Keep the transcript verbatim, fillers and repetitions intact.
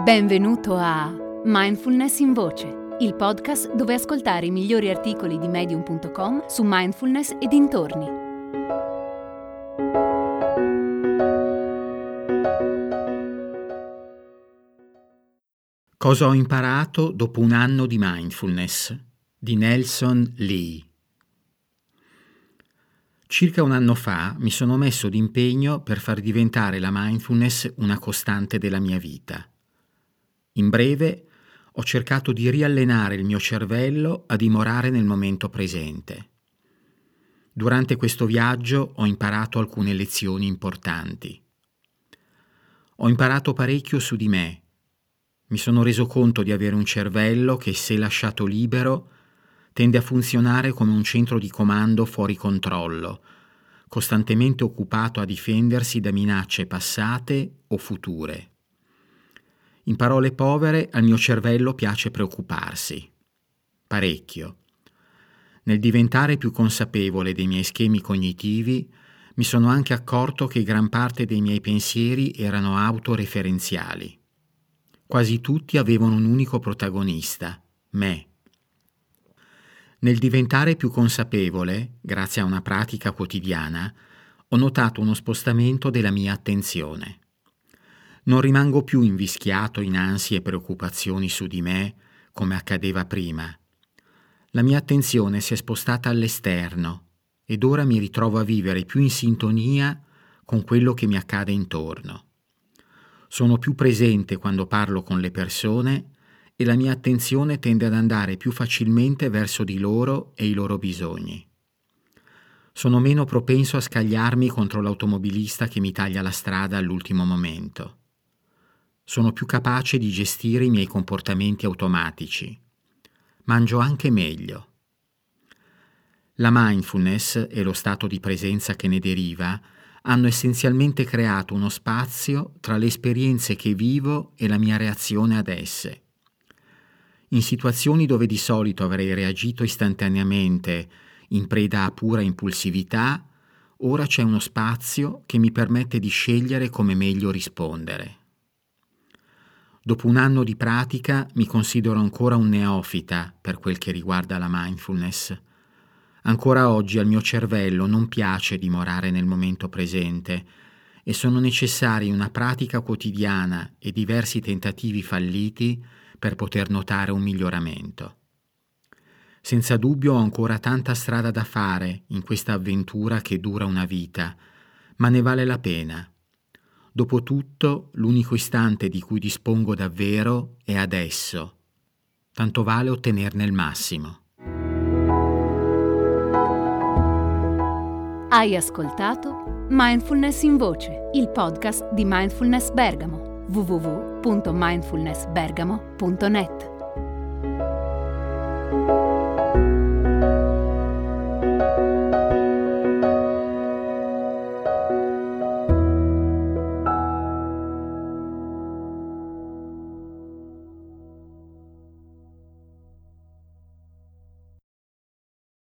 Benvenuto a Mindfulness in Voce, il podcast dove ascoltare i migliori articoli di medium punto com su mindfulness e dintorni. Cosa ho imparato dopo un anno di mindfulness? Di Nelson Lee. Circa un anno fa mi sono messo d'impegno per far diventare la mindfulness una costante della mia vita. In breve, ho cercato di riallenare il mio cervello a dimorare nel momento presente. Durante questo viaggio ho imparato alcune lezioni importanti. Ho imparato parecchio su di me. Mi sono reso conto di avere un cervello che, se lasciato libero, tende a funzionare come un centro di comando fuori controllo, costantemente occupato a difendersi da minacce passate o future. In parole povere, al mio cervello piace preoccuparsi. Parecchio. Nel diventare più consapevole dei miei schemi cognitivi, mi sono anche accorto che gran parte dei miei pensieri erano autoreferenziali. Quasi tutti avevano un unico protagonista, me. Nel diventare più consapevole, grazie a una pratica quotidiana, ho notato uno spostamento della mia attenzione. Non rimango più invischiato in ansie e preoccupazioni su di me, come accadeva prima. La mia attenzione si è spostata all'esterno ed ora mi ritrovo a vivere più in sintonia con quello che mi accade intorno. Sono più presente quando parlo con le persone e la mia attenzione tende ad andare più facilmente verso di loro e i loro bisogni. Sono meno propenso a scagliarmi contro l'automobilista che mi taglia la strada all'ultimo momento. Sono più capace di gestire i miei comportamenti automatici. Mangio anche meglio. La mindfulness e lo stato di presenza che ne deriva hanno essenzialmente creato uno spazio tra le esperienze che vivo e la mia reazione ad esse. In situazioni dove di solito avrei reagito istantaneamente, in preda a pura impulsività, ora c'è uno spazio che mi permette di scegliere come meglio rispondere. Dopo un anno di pratica mi considero ancora un neofita per quel che riguarda la mindfulness. Ancora oggi al mio cervello non piace dimorare nel momento presente e sono necessari una pratica quotidiana e diversi tentativi falliti per poter notare un miglioramento. Senza dubbio ho ancora tanta strada da fare in questa avventura che dura una vita, ma ne vale la pena. Dopotutto, l'unico istante di cui dispongo davvero è adesso. Tanto vale ottenerne il massimo. Hai ascoltato Mindfulness in Voce, il podcast di Mindfulness Bergamo. w w w punto mindfulness bergamo punto net